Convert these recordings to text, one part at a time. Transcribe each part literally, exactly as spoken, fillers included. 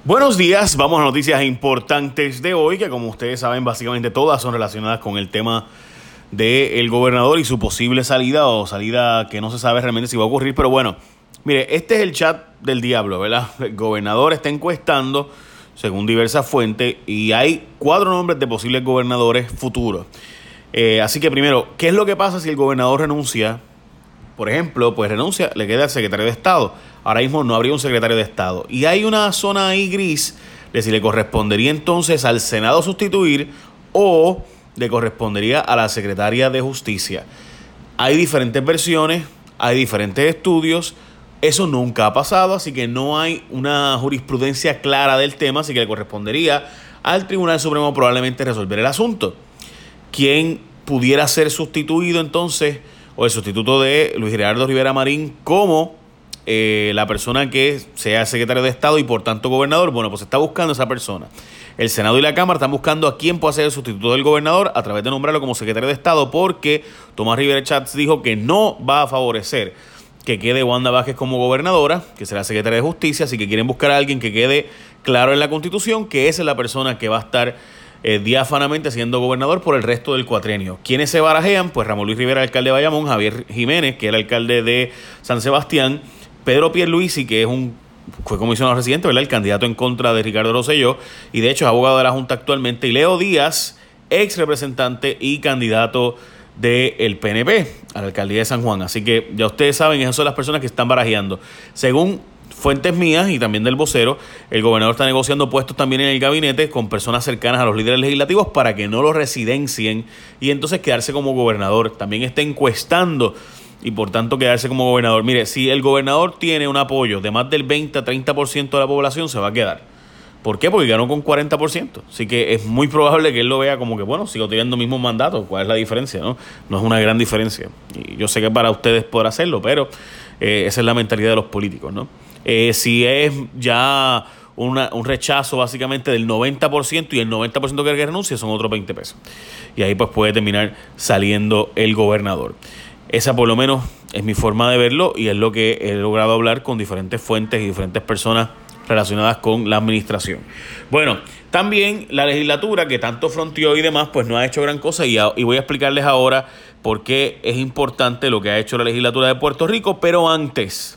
Buenos días, vamos a noticias importantes de hoy, que como ustedes saben, básicamente todas son relacionadas con el tema del gobernador y su posible salida o salida que no se sabe realmente si va a ocurrir. Pero bueno, mire, este es el chat del diablo, ¿verdad? El gobernador está encuestando según diversas fuentes y hay cuatro nombres de posibles gobernadores futuros. Eh, así que primero, ¿qué es lo que pasa si el gobernador renuncia? Por ejemplo, pues renuncia, le queda el secretario de Estado. Ahora mismo no habría un secretario de Estado. Y hay una zona ahí gris de si le correspondería entonces al Senado sustituir o le correspondería a la secretaria de Justicia. Hay diferentes versiones, hay diferentes estudios. Eso nunca ha pasado, así que no hay una jurisprudencia clara del tema, así que le correspondería al Tribunal Supremo probablemente resolver el asunto. ¿Quién pudiera ser sustituido entonces, o el sustituto de Luis Gerardo Rivera Marín como eh, la persona que sea secretario de Estado y por tanto gobernador? Bueno, pues se está buscando esa persona. El Senado y la Cámara están buscando a quién puede ser el sustituto del gobernador a través de nombrarlo como secretario de Estado, porque Tomás Rivera Chatz dijo que no va a favorecer que quede Wanda Vázquez como gobernadora, que será secretaria de Justicia, así que quieren buscar a alguien que quede claro en la Constitución que esa es la persona que va a estar Eh, diáfanamente siendo gobernador por el resto del cuatrienio. ¿Quiénes se barajean? Pues Ramón Luis Rivera, alcalde de Bayamón; Javier Jiménez, que era alcalde de San Sebastián; Pedro Pierluisi, que es un fue comisionado residente, ¿verdad?, el candidato en contra de Ricardo Rosselló, y de hecho es abogado de la Junta actualmente; y Leo Díaz, ex representante y candidato del P N P a la alcaldía de San Juan. Así que ya ustedes saben, esas son las personas que están barajeando. Según fuentes mías y también del vocero, el gobernador está negociando puestos también en el gabinete con personas cercanas a los líderes legislativos para que no lo residencien y entonces quedarse como gobernador. También está encuestando y por tanto quedarse como gobernador. Mire, si el gobernador tiene un apoyo de más del veinte a treinta por ciento de la población, se va a quedar. ¿Por qué? Porque ganó con cuarenta por ciento. Así que es muy probable que él lo vea como que, bueno, sigo teniendo el mismo mandato. ¿Cuál es la diferencia? No, no es una gran diferencia. Y yo sé que para ustedes podrá hacerlo, pero eh, esa es la mentalidad de los políticos, ¿no? Eh, si es ya una, un rechazo básicamente del noventa por ciento y el noventa por ciento que renuncia, son otros veinte pesos. Y ahí pues puede terminar saliendo el gobernador. Esa por lo menos es mi forma de verlo y es lo que he logrado hablar con diferentes fuentes y diferentes personas relacionadas con la administración. Bueno, también la legislatura, que tanto fronteó y demás, pues no ha hecho gran cosa, y, a, y voy a explicarles ahora por qué es importante lo que ha hecho la legislatura de Puerto Rico. Pero antes,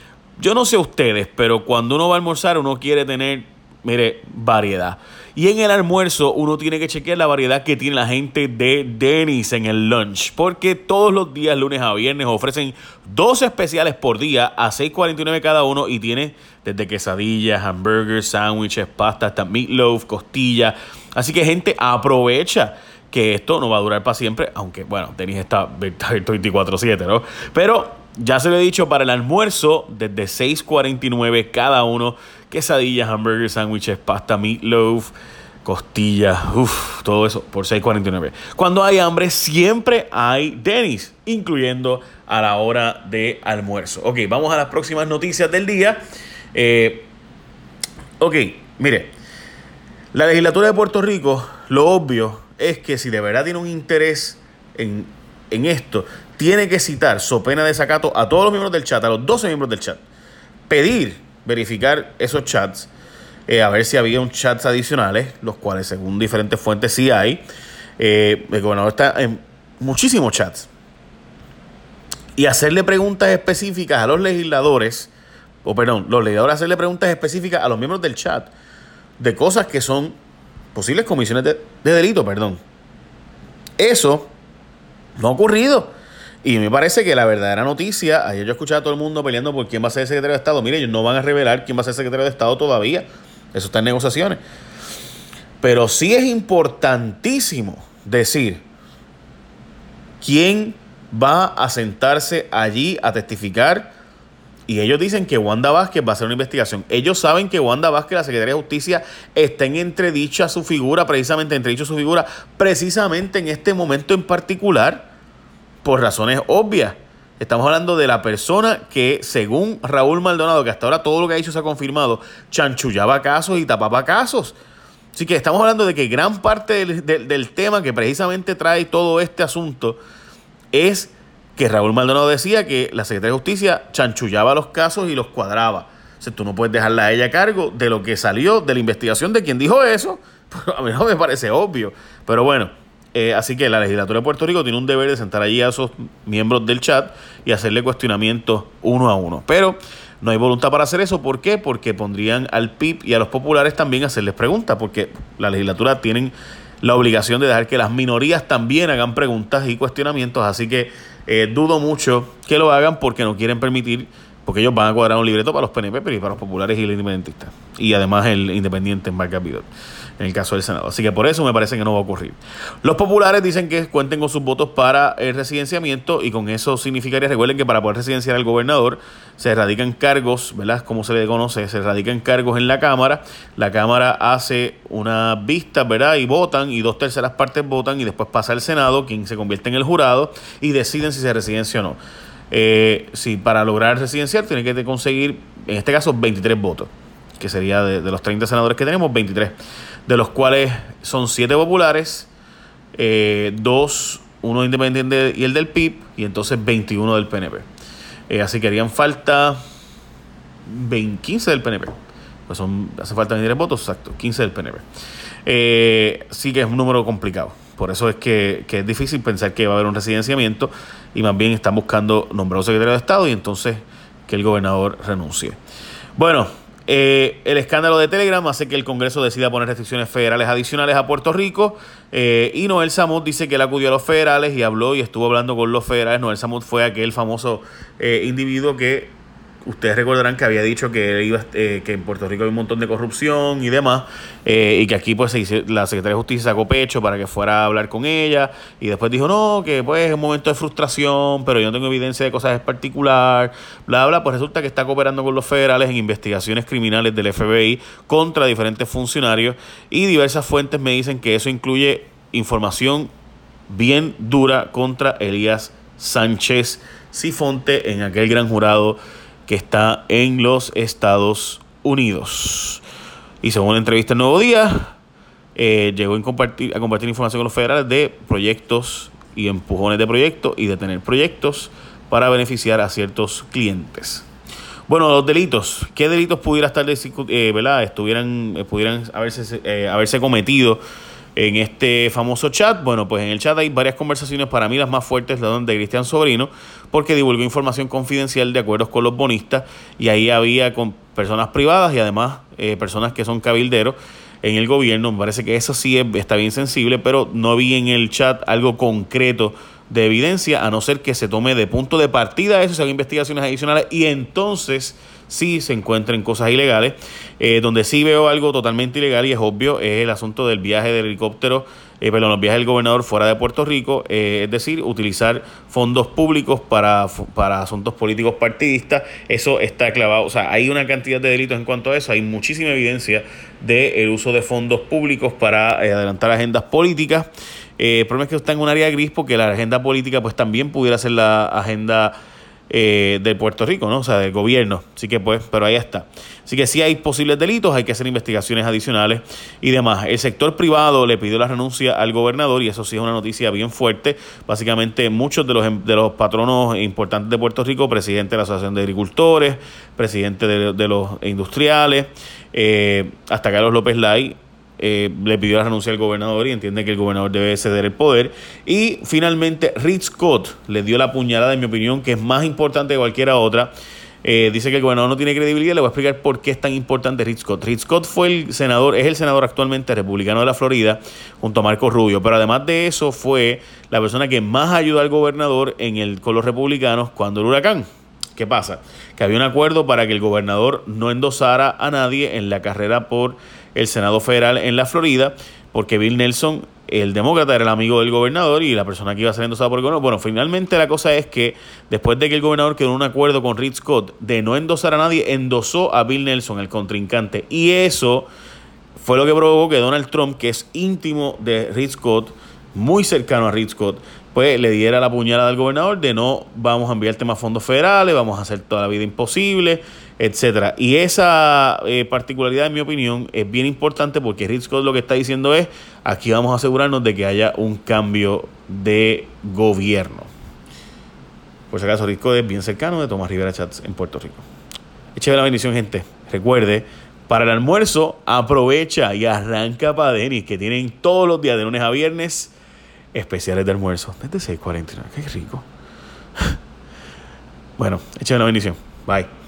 yo no sé ustedes, pero cuando uno va a almorzar uno quiere tener, mire, variedad. Y en el almuerzo uno tiene que chequear la variedad que tiene la gente de Denny's en el lunch, porque todos los días, lunes a viernes, ofrecen dos especiales por día a seis cuarenta y nueve cada uno, y tiene desde quesadillas, hamburgers, sándwiches, pasta, hasta meatloaf, costilla. Así que, gente, aprovecha que esto no va a durar para siempre, aunque, bueno, Denny's está veinticuatro siete, ¿no? Pero ya se lo he dicho, para el almuerzo, desde seis cuarenta y nueve cada uno, quesadillas, hamburgers, sándwiches, pasta, meatloaf, costillas, uff, todo eso por seis cuarenta y nueve. Cuando hay hambre, siempre hay Denny's, incluyendo a la hora de almuerzo. Ok, vamos a las próximas noticias del día. Eh, ok, mire, la legislatura de Puerto Rico, lo obvio es que si de verdad tiene un interés en, en esto, tiene que citar, so pena de desacato, a todos los miembros del chat, a los doce miembros del chat, pedir verificar esos chats, eh, a ver si había un chats adicionales, los cuales según diferentes fuentes sí hay. Eh, el gobernador está en muchísimos chats, y hacerle preguntas específicas a los legisladores, o perdón, los legisladores hacerle preguntas específicas a los miembros del chat de cosas que son posibles comisiones de, de delito, perdón. Eso no ha ocurrido. Y me parece que la verdadera noticia, ayer yo escuchaba a todo el mundo peleando por quién va a ser el secretario de Estado. Mire, ellos no van a revelar quién va a ser el secretario de Estado todavía. Eso está en negociaciones. Pero sí es importantísimo decir quién va a sentarse allí a testificar. Y ellos dicen que Wanda Vázquez va a hacer una investigación. Ellos saben que Wanda Vázquez, la secretaria de Justicia, está en entredicha su figura, precisamente entredicho su figura, precisamente en este momento en particular, por razones obvias. Estamos hablando de la persona que, según Raúl Maldonado, que hasta ahora todo lo que ha dicho se ha confirmado, chanchullaba casos y tapaba casos. Así que estamos hablando de que gran parte del, del, del tema que precisamente trae todo este asunto es que Raúl Maldonado decía que la secretaria de Justicia chanchullaba los casos y los cuadraba. O sea, tú no puedes dejarla a ella a cargo de lo que salió de la investigación de quien dijo eso. Pues a mí no me parece obvio. Pero bueno, eh, así que la legislatura de Puerto Rico tiene un deber de sentar allí a esos miembros del chat y hacerle cuestionamientos uno a uno. Pero no hay voluntad para hacer eso. ¿Por qué? Porque pondrían al P I B y a los populares también a hacerles preguntas, porque la legislatura tienen la obligación de dejar que las minorías también hagan preguntas y cuestionamientos. Así que eh, dudo mucho que lo hagan porque no quieren permitir, porque ellos van a cuadrar un libreto para los P N P, pero y para los populares y los independentistas. Y además el independiente en Vargas Vidal, en el caso del Senado. Así que por eso me parece que no va a ocurrir. Los populares dicen que cuenten con sus votos para el residenciamiento, y con eso significaría, recuerden que para poder residenciar al gobernador se radican cargos, ¿verdad? Como se le conoce, se radican cargos en la Cámara. La Cámara hace una vista, ¿verdad? Y votan, y dos terceras partes votan, y después pasa al Senado, quien se convierte en el jurado, y deciden si se residencia o no. Eh, si para lograr residenciar tiene que conseguir, en este caso, veintitrés votos, que sería de, de los treinta senadores que tenemos, veintitrés, de los cuales son siete populares, eh, dos, uno independiente y el del P I B, y entonces veintiuno del P N P. Eh, así que harían falta veinte, quince del P N P. Pues son, hace falta veintitrés votos, exacto, quince del P N P. Eh, sí que es un número complicado. Por eso es que, que es difícil pensar que va a haber un residenciamiento, y más bien están buscando nombrar un secretario de Estado y entonces que el gobernador renuncie. Bueno, eh, el escándalo de Telegram hace que el Congreso decida poner restricciones federales adicionales a Puerto Rico, eh, y Noel Samut dice que él acudió a los federales y habló y estuvo hablando con los federales. Noel Samut fue aquel famoso eh, individuo que ustedes recordarán que había dicho que iba, eh, que en Puerto Rico hay un montón de corrupción y demás, eh, y que aquí pues se hizo, la Secretaría de Justicia sacó pecho para que fuera a hablar con ella, y después dijo no, que pues es un momento de frustración, pero yo no tengo evidencia de cosas en particular, bla bla. Pues resulta que está cooperando con los federales en investigaciones criminales del F B I contra diferentes funcionarios, y diversas fuentes me dicen que eso incluye información bien dura contra Elías Sánchez Sifonte en aquel gran jurado que está en los Estados Unidos. Y según una entrevista en Nuevo Día, eh, llegó a compartir, a compartir información con los federales de proyectos y empujones de proyectos y de tener proyectos para beneficiar a ciertos clientes. Bueno, los delitos. ¿Qué delitos pudiera estar eh, ¿verdad? Estuvieran, eh, pudieran haberse, eh, haberse cometido en este famoso chat? Bueno, pues en el chat hay varias conversaciones. Para mí las más fuertes las de Cristian Sobrino, porque divulgó información confidencial de acuerdos con los bonistas, y ahí había con personas privadas y además eh, personas que son cabilderos en el gobierno. Me parece que eso sí es, está bien sensible, pero no vi en el chat algo concreto de evidencia, a no ser que se tome de punto de partida eso, se hagan investigaciones adicionales y entonces sí se encuentren cosas ilegales. Eh, donde sí veo algo totalmente ilegal, y es obvio, es el asunto del viaje del helicóptero, eh, perdón, los viajes del gobernador fuera de Puerto Rico, eh, es decir, utilizar fondos públicos para, para asuntos políticos partidistas. Eso está clavado, o sea, hay una cantidad de delitos en cuanto a eso, hay muchísima evidencia del uso de fondos públicos para eh, adelantar agendas políticas. Eh, el problema es que está en un área gris, porque la agenda política pues también pudiera ser la agenda Eh, de Puerto Rico, ¿no? O sea, del gobierno. Así que pues, pero ahí está. Así que sí hay posibles delitos, hay que hacer investigaciones adicionales y demás. El sector privado le pidió la renuncia al gobernador, y eso sí es una noticia bien fuerte. Básicamente muchos de los, de los patronos importantes de Puerto Rico, presidente de la Asociación de Agricultores, presidente de, de los industriales, eh, hasta Carlos López Lai, Eh, le pidió la renuncia al gobernador, y entiende que el gobernador debe ceder el poder. Y finalmente Rick Scott le dio la puñalada, en mi opinión, que es más importante que cualquiera otra. Eh, dice que el gobernador no tiene credibilidad. Le voy a explicar por qué es tan importante Rick Scott. Rick Scott fue el senador, es el senador actualmente republicano de la Florida, junto a Marco Rubio, pero además de eso fue la persona que más ayudó al gobernador en el, con los republicanos cuando el huracán. ¿Qué pasa? Que había un acuerdo para que el gobernador no endosara a nadie en la carrera por el Senado Federal en la Florida, porque Bill Nelson, el demócrata, era el amigo del gobernador y la persona que iba a ser endosada por el gobernador. Bueno, finalmente la cosa es que después de que el gobernador quedó en un acuerdo con Rick Scott de no endosar a nadie, endosó a Bill Nelson, el contrincante, y eso fue lo que provocó que Donald Trump, que es íntimo de Rick Scott, muy cercano a Rick Scott, pues le diera la puñalada al gobernador de no vamos a enviarte más fondos federales, vamos a hacer toda la vida imposible, etcétera. Y esa eh, particularidad, en mi opinión, es bien importante, porque Rick Scott lo que está diciendo es: aquí vamos a asegurarnos de que haya un cambio de gobierno. Por si acaso, Rick Scott es bien cercano de Tomás Rivera Chats en Puerto Rico. Écheme la bendición, gente. Recuerde, para el almuerzo, aprovecha y arranca para Denis, que tienen todos los días, de lunes a viernes, especiales de almuerzo. Desde seis cuarenta y nueve. Qué rico. Bueno, écheme la bendición. Bye.